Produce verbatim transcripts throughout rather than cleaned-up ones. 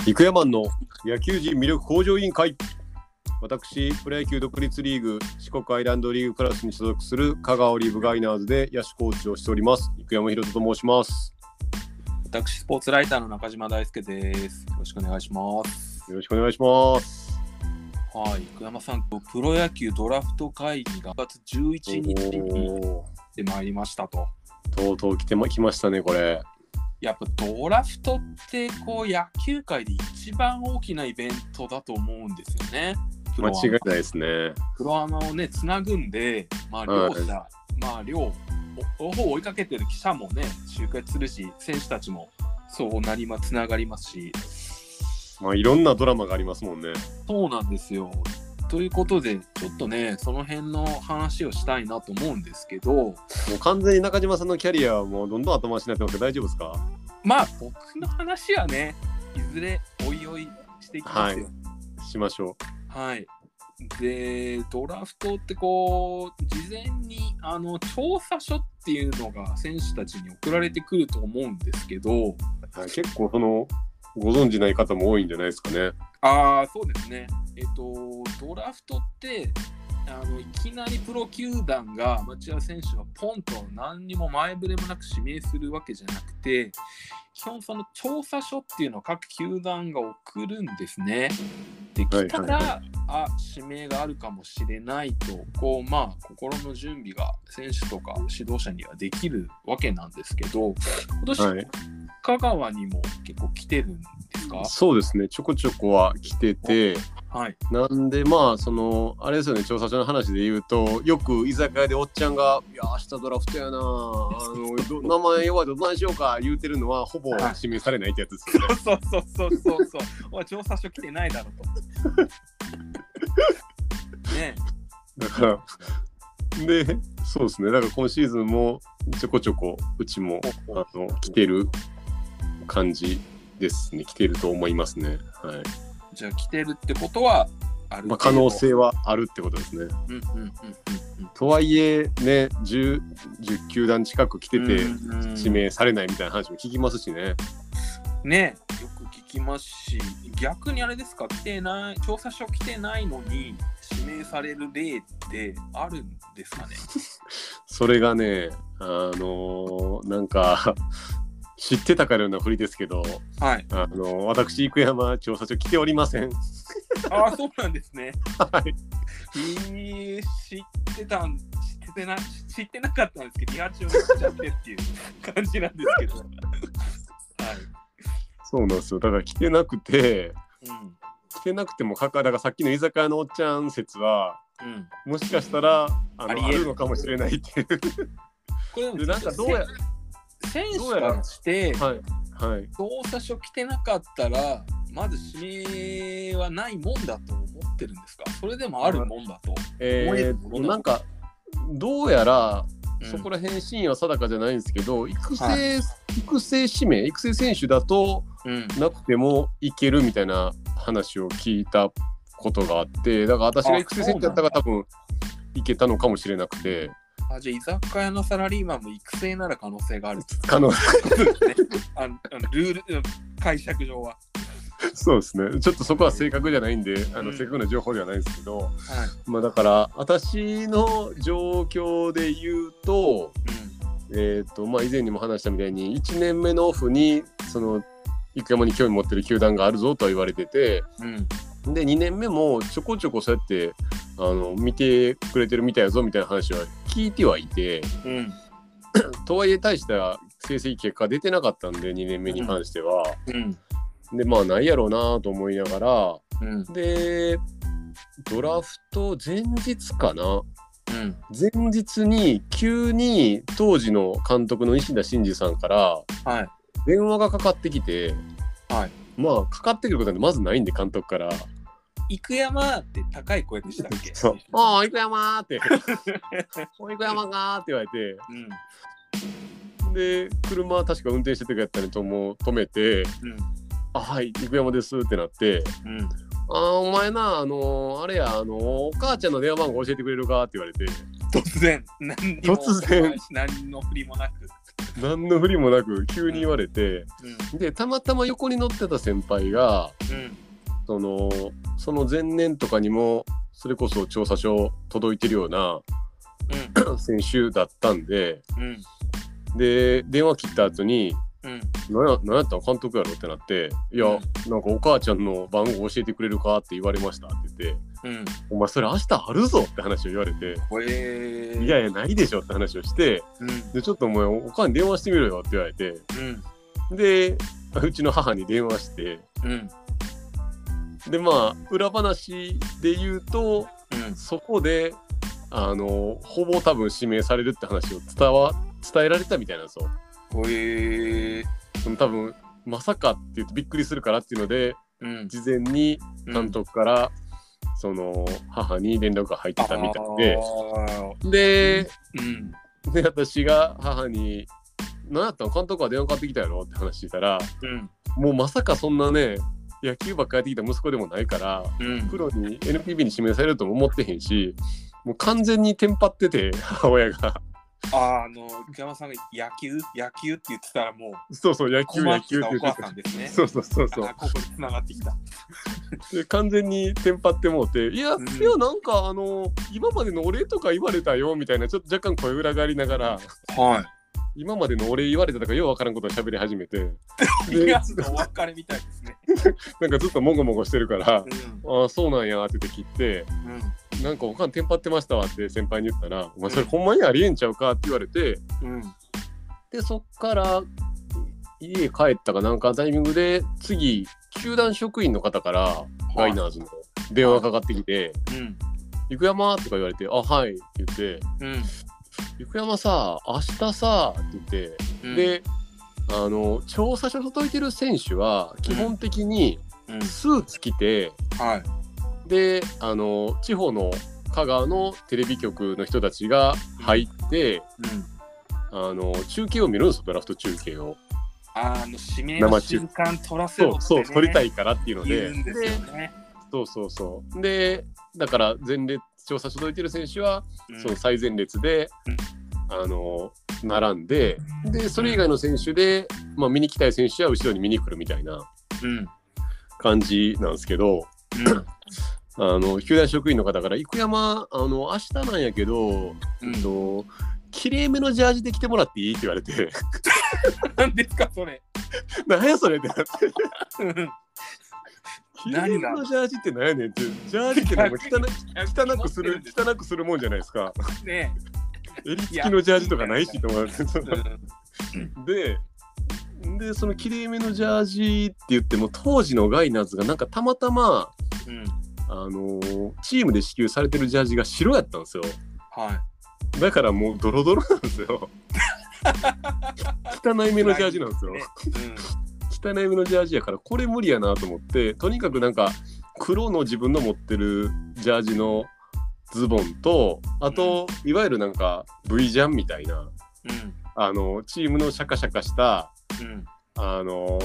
育山の野球人魅力向上委員会。私、プロ野球独立リーグ四国アイランドリーグクラスに所属する香川オリーブガイナーズで野手コーチをしております生山博人と申します。 私、スポーツライターの中島大輔です。よろしくお願いします。 よろしくお願いします。 はい、生山さん、プロ野球ドラフト会議がごがつじゅういちにちにで参りましたと。 とうとう来てまきましたね、これ。 やっぱドラフトってこう野球界で一番大きなイベントだと思うんですよね。 間違いないですね。 プロアマをねつなぐんで、まあ両者、はい、まあ両両方追いかけてる記者もね集結するし、選手たちもそうなりまつながりますし、 まあいろんなドラマがありますもんね。 そうなんですよ。ということでちょっとねその辺の話をしたいなと思うんですけど、もう完全に中島さんのキャリアはもうどんどん後回しになってますけど大丈夫ですか？ まあ僕の話はねいずれおいおいしていきますよ。 はい、しましょう。 はい。でドラフトってこう事前にあの調査書っていうのが選手たちに送られてくると思うんですけど、はい、 結構そのご存じない方も多いんじゃないですかね。 ああ、そうですね。えっとドラフトってあのいきなりプロ球団が町屋選手がポンと何にも前触れもなく指名するわけじゃなくて、基本その調査書っていうのを各球団が送るんですね。できたら、はいはいはい、あ指名があるかもしれないとこうまあ心の準備が選手とか指導者にはできるわけなんですけど、今年、はい、香川にも結構来てるんですか？ そうですね、ちょこちょこは来てて、 はい、 なんでまあそのあれですよね、調査書の話で言うと、よく居酒屋でおっちゃんがいや明日ドラフトやなあの名前弱いとどないしようか言うてるのはほぼ指名されないってやつですよね。 そうそうそうそうそうおい調査書来てないだろとね、 だからでそうですね、だから今シーズンもちょこちょこうちもあの来てる感じですね。来てると思いますね。はい。 じゃあ来てるってことはある、 まあ、可能性はあるってことですね。 うんうんうんうん、 とはいえね 10, 10球団近く来てて指名されないみたいな話も聞きますしね。 ねよく聞きますし、逆にあれですか、来てない調査書来てないのに指名される例ってあるんですかね？ それがねあのー、なんか知ってたかのようなふりですけど、 はい、 あの私生山調査書来ておりません。 ああ、そうなんですね。 はい。 えー、知ってたん知ってな知ってなかったんですけど、リハチをしちゃってっていう感じなんですけど。はい。 そうなんですよ。だから来てなくて、 うん、 来てなくてもかかだからさっきの居酒屋のおっちゃん説は、うん、もしかしたらあの あ, りあるのかもしれないっていう。 これでなんかどうや選手からして、 はいはい、 調査書来てなかったらまず指名はないもんだと思ってるんですか？それでもあるもんだと思えるものだと、 えー、なんかどうやら、うん、そこら辺真意は定かじゃないんですけど、育成、はい、育成指名育成選手だと、うん、なくてもいけるみたいな話を聞いたことがあって、だから私が育成選手だったから多分いけたのかもしれなくて。 あ、じゃあ居酒屋のサラリーマンも育成なら可能性がある可能性ですね。あのあのルール解釈上はそうですね。ちょっとそこは正確じゃないんで、あの、うん、正確な情報ではないんですけど、はい、まあだから私の状況で言うと、うん、えっとまあ以前にも話したみたいにいちねんめのオフにその生山に興味持ってる球団があるぞとは言われてて、うん、でにねんめもちょこちょこそうやってあの見てくれてるみたいやぞみたいな話は聞いてはいて、うん、とはいえ大した成績結果出てなかったんでにねんめに関しては、うんうん、でまあないやろうなと思いながら、うん、でドラフト前日かな、うん、前日に急に当時の監督の石田真二さんから、はい、電話がかかってきて、はい、まあかかってくることなんてまずないんで監督から生山って高い声でしたっけ？ そう。ああ、生山ーって。お生山がーって言われて、うん、で車確か運転しててくやったりとも止めて、うん、あはい生山ですってなって、うん、あお前なあのー、あれやあのー、お母ちゃんの電話番号教えてくれるかって言われて、 突然何にも突然何の振りもなく何の振りもなく急に言われて、うん、でたまたま横に乗ってた先輩が、うん、そのその前年とかにもそれこそ調査書届いてるような、うん、選手だったんで、うん、で電話切った後にうん、何や、何やったの監督やろってなっていや、うん、なんかお母ちゃんの番号教えてくれるかって言われましたって言って、うん、お前それ明日あるぞって話を言われて、えー、いやいやないでしょって話をして、うん、でちょっとお前お母に電話してみろよって言われて、うん、でうちの母に電話して、うん、でまあ裏話で言うと、うん、そこであのほぼ多分指名されるって話を伝わ伝えられたみたいなんですよ。へえー、多分まさかって言うとびっくりするからっていうので、うん、事前に監督から、うん、その母に連絡が入ってたみたいで、で、うん、で私が母に何やったの監督は電話かかってきたやろって話してたら、うん、もうまさかそんなね野球ばっかりやってきた息子でもないから、うん、プロに エヌピービー に指名されるとも思ってへんし、もう完全にテンパってて母親がああの福山さんが野球野球って言ってたらもうそうそう野球野球って言ってたお母さんですね。 そうそうそうそう。 あここに繋がってきた。 で完全にテンパってもうていや、うん、いやなんかあの今までのお礼とか言われたよみたいなちょっと若干声裏がありながら、はい。今までのお礼言われたとかようわからんことを喋り始めていやちょっとお別れみたいですねなんかずっともごもごしてるから、うん、ああそうなんやって言って切って、うん、なんかおかんテンパってましたわって先輩に言ったら、うん、お前それほんまにありえんちゃうかって言われて、うん、でそっから家帰ったかなんかタイミングで次球団職員の方から、はい、ガイナーズの電話かかってきて「はいうん、生山」とか言われて「あはい」って言って、うん生山さ明日さって言って、うん、であの調査書届いてる選手は基本的にスーツ着て、うんうんはい、であの地方の香川のテレビ局の人たちが入って、うん、あの中継を見るんですよドラフト中継を。 あの指名の瞬間撮らせろって、ね、 そうそう撮りたいからっていうので言うんですよね。 そうそうそうでだから前列調査書届いてる選手は、うん、その最前列で、うん、あの並んででそれ以外の選手で、まあ、見に来たい選手は後ろに見に来るみたいな感じなんですけど、うん、あの球団職員の方から生山あの明日なんやけど、うん、ときれいめのジャージで来てもらっていいって言われて何ですかそれ何やそれってなってきれいめのジャージって何やねんってジャージってなんか汚, 汚くする汚くするもんじゃないですかねえ襟付きのジャージとかないしと思ってででそのきれいめのジャージって言っても当時のガイナーズがなんかたまたま、うん、あのー、チームで支給されてるジャージが白やったんですよ。はいだからもうドロドロなんですよ汚いめのジャージなんですよ、ねうん、汚いめのジャージやからこれ無理やなと思ってとにかくなんか黒の自分の持ってるジャージのズボンとあと、うん、いわゆるなんか V ジャンみたいな、うん、あのチームのシャカシャカした、うん、あの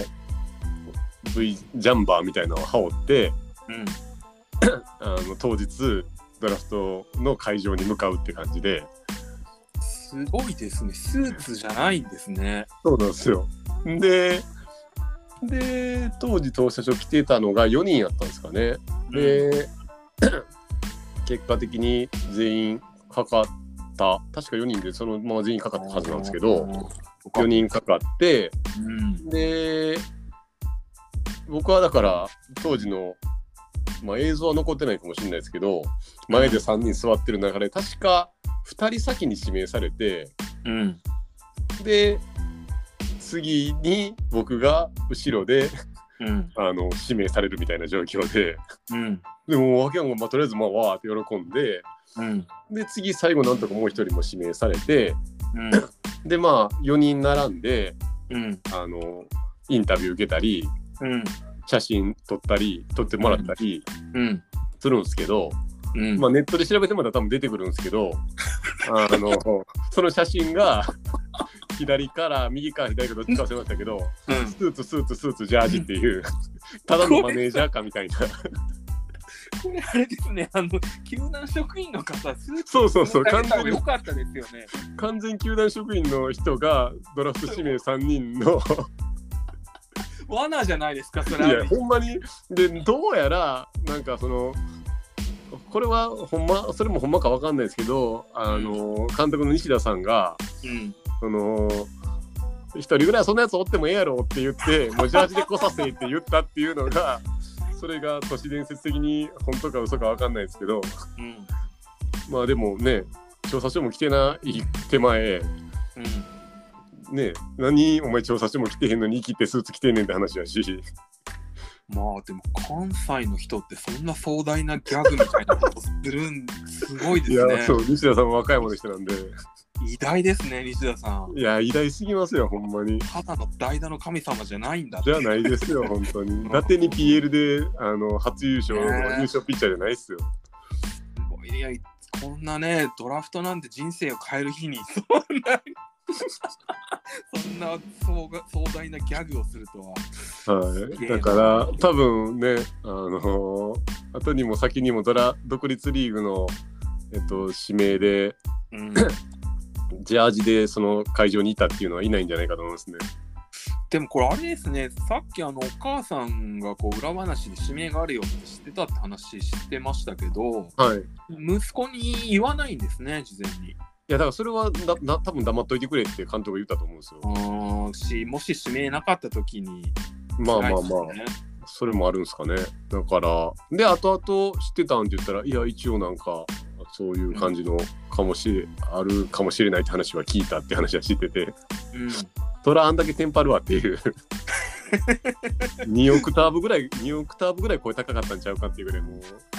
V ジャンバーみたいなのを羽織って、うん、あの当日ドラフトの会場に向かうって感じですごいですねスーツじゃないんですね。 そうなんですよ。でで当時投射所来てたのがよにんやったんですかね、うん、で結果的に全員かかった確かよにんでそのまま全員かかったはずなんですけどよにんかかって、うん、で僕はだから当時の、まあ、映像は残ってないかもしれないですけど前でさんにん座ってる中で確かふたり先に指名されて、うん、で次に僕が後ろで、うん、あの指名されるみたいな状況で、うん、でもわけは、まあ、とりあえずまあわーって喜んで、うん、で次最後なんとかもう一人も指名されて、うん、でまあよにん並んで、うん、あのインタビュー受けたり、うん、写真撮ったり撮ってもらったりするんですけど、うんまあ、ネットで調べてもらったら多分出てくるんですけどあのその写真が左から右から左かどっちか忘れましたけど、うん、スーツスーツスーツジャージっていうただのマネージャーかみたいなこれあれですね、あの球団職員の方、 そうそうそう、 完全に良かったですよね。 完全球団職員の人がドラフト指名さんにんの罠じゃないですか、それ。 いや、ほんまに。で、どうやら、なんかその、これはほんま、それもほんまかわかんないですけど、あの、監督の西田さんが、うん、その、一人ぐらいそんなやつおってもええやろって言って、もうジャージで来させって言ったっていうのが、それが都市伝説的に本当か嘘かわかんないですけど、うん、まあでもね、調査書も来てない手前、うん、ね、何お前調査書も来てへんのに生きてスーツ着てんねんって話やし。 まあでも関西の人ってそんな壮大なギャグみたいなことするんすごいですね。 いや、そう、西田さんも若いもの人なんで。 偉大ですね、西田さん。 いや、偉大すぎますよ、ほんまに。 ただの代打の神様じゃないんだって。 じゃないですよ、本当に。伊達に ピーエル であの初優勝の優勝ピッチャーじゃないっすよ。 すごい。いや、こんなね、ドラフトなんて人生を変える日に、そんなそんな壮大なギャグをするとは。 はい。だから、多分ね、あのー、後にも先にもドラ独立リーグの、えっと、指名で、うんジャージでその会場にいたっていうのはいないんじゃないかと思いますね。 でもこれあれですね、さっきあのお母さんがこう裏話で指名があるよって知ってたって話してましたけど、はい、息子に言わないんですね、事前に。いやだからそれはだな多分黙っといてくれって監督が言ったと思うんですよ。 あしもし指名なかった時に、ね、 まあまあまあそれもあるんですかね。だからで後々知ってたんって言ったらいや一応なんかそういう感じのかもしれ、うん、あるかもしれないって話は聞いたって話は知ってて、うん、そらあんだけテンパるわっていうにオクターブぐらいにオクターブぐらい声高かったんちゃうかっていうぐらいもう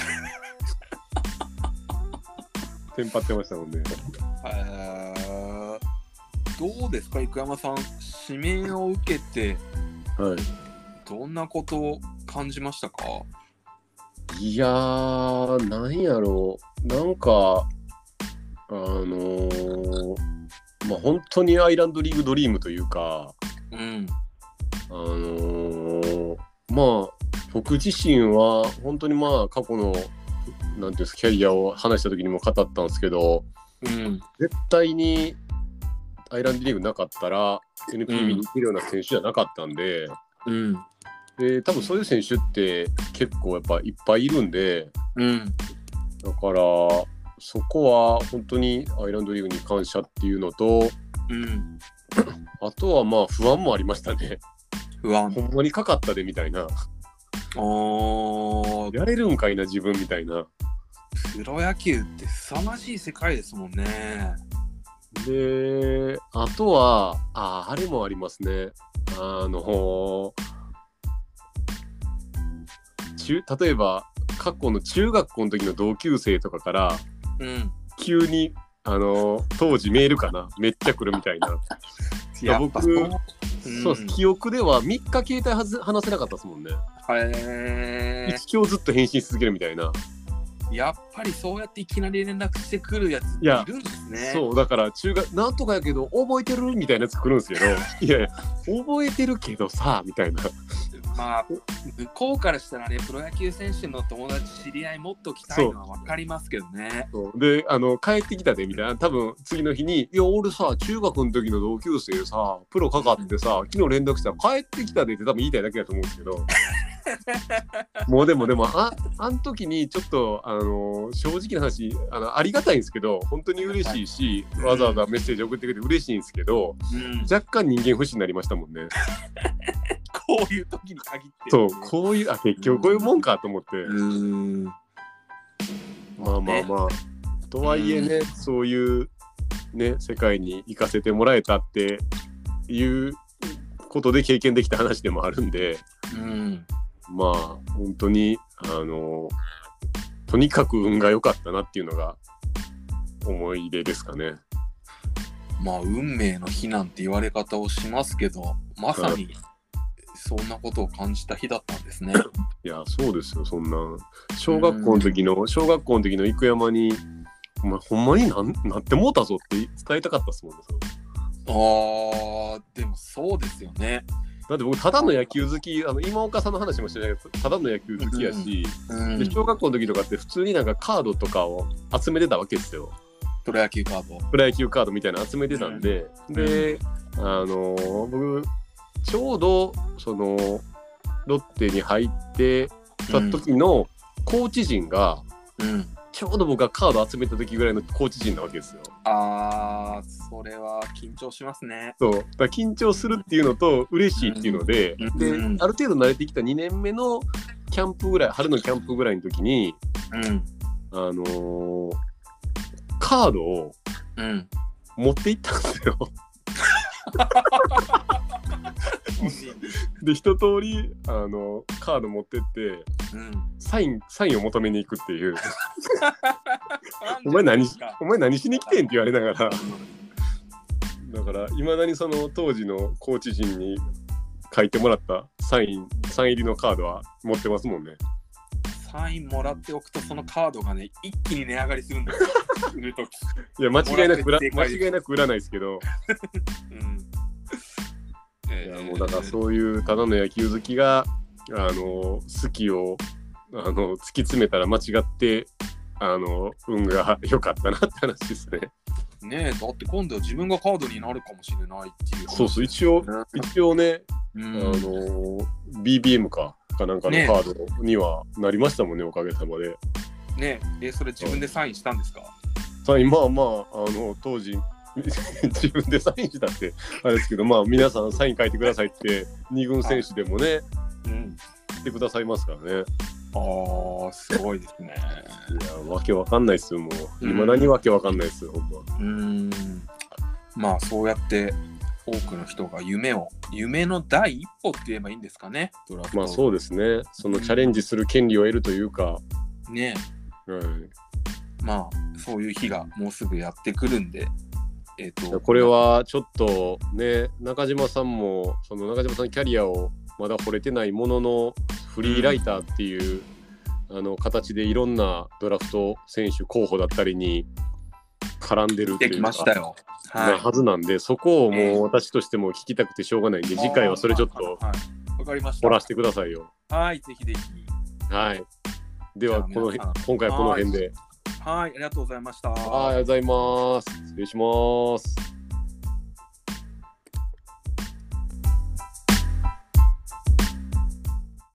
テンパってましたもんね。 えー、どうですか生山さん、指名を受けて、はい、どんなことを感じましたか？ いやー、なんやろう、なんか、あのー、まあ本当にアイランドリーグドリームというか、うん、あのー、まあ僕自身は本当にまあ過去のなんていうんですかキャリアを話した時にも語ったんですけど、うん、絶対にアイランドリーグなかったら エヌピービー に行けるような選手じゃなかったんで、うん、で多分そういう選手って結構やっぱいっぱいいるんで、うん、だからそこは本当にアイランドリーグに感謝っていうのと、うん、あとはまあ不安もありましたね。 不安。 ほんまにかかったでみたいな。あやれるんかいな自分みたいな。 プロ野球って凄まじい世界ですもんね。 であとはああれもありますね。あの中例えば過去の中学校の時の同級生とかから、うん、急にあの当時メールかなめっちゃ来るみたいな。いや僕、うん、そう記憶ではみっか携帯はず話せなかったですもんね。へー。一生ずっと返信し続けるみたいな。 やっぱりそうやっていきなり連絡してくるやつっているんですね。 そうだから中学なんとかやけど覚えてるみたいなやつ来るんですけどいやいや覚えてるけどさみたいな。 まあ向こうからしたらねプロ野球選手の友達知り合いもっと来たいのは分かりますけどね。 そうであの帰ってきたでみたいな多分次の日にいや俺さ中学の時の同級生さプロかかってさ、うん、昨日連絡したら帰ってきたでって多分言いたいだけだと思うんですけどもうでもでもああん時にちょっとあの正直な話 あのありがたいんですけど本当に嬉しいし、はい、わざわざメッセージ送ってくれて嬉しいんですけど、うん、若干人間不信になりましたもんね。 こういう時に限って、ね、 そうこういうあ結局こういうもんかと思って、うん、まあまあまあ、ね、とはいえね、うん、そういうね世界に行かせてもらえたっていうことで経験できた話でもあるんで、うん、まあ本当にあのとにかく運が良かったなっていうのが思い出ですかね。 まあ運命の日なんて言われ方をしますけどまさにそんなことを感じた日だったんですね。 いやそうですよ。そんな小学校の時の小学校の時の生山にお前ほんまに な, なってもうたぞって伝えたかったですもんね。 あーでもそうですよね。 だって僕ただの野球好き、あの今岡さんの話もしてないけどただの野球好きやし、うんうん、で小学校の時とかって普通になんかカードとかを集めてたわけですよ。 プロ野球カードプロ野球カードみたいなの集めてたんで、うん、で、あのー、僕ちょうどそのロッテに入ってた時のコーチ陣が、うん、ちょうど僕がカード集めた時ぐらいのコーチ陣なわけですよ。 あー、それは緊張しますね。 そうだから緊張するっていうのと嬉しいっていうので、うん、で、うん、ある程度慣れてきたにねんめのキャンプぐらい、春のキャンプぐらいの時に、うん、あのー、カードを持って行ったんですよ、で一通りあのカード持ってって、うん、サインサインを求めに行くっていうお前何お前何しに来てんって言われながらだからいまだにその当時のコーチ陣に書いてもらったサインサイン入りのカードは持ってますもんね。 サインもらっておくとそのカードがね一気に値上がりするんですよ売るとき。 いや間違いなく売ら間違いなく売らないですけど、うん、いやもうだからそういうただの野球好きがあの好きをあの突き詰めたら間違ってあの運が良かったなって話ですね。 ねえ、だって今度は自分がカードになるかもしれないっていう、ね、 そうそう一応一応ね、うん、あの ビービーエム かかなんかのカードにはなりましたもんね、おかげさまで。 ねえ、それ自分でサインしたんですか？ サインまあまああの当時自分でサインしたってあれですけど、まあ皆さんサイン書いてくださいってに軍選手でもね、うん、来てくださいますからね。 ああすごいですね。 いやわけわかんないですよ、もう未だにわけわかんないですよ、ほんま。 うーん、まあそうやって多くの人が夢を夢の第一歩って言えばいいんですかね、ドラフト。 まあそうですね、そのチャレンジする権利を得るというか、 うん、ねえ、はい、まあそういう日がもうすぐやってくるんで、えーと、 これはちょっとね、中島さんもその中島さんキャリアをまだ惚れてないもののフリーライターっていう、うん、あの形でいろんなドラフト選手候補だったりに絡んでるっていうかなはずなんで、そこをもう私としても聞きたくてしょうがないんで、次回はそれちょっと掘らせてくださいよ。 はい、ぜひぜひ。 はい。ではこの今回はこの辺で。 はい、ありがとうございました。 はい、ありがとうございます。失礼します。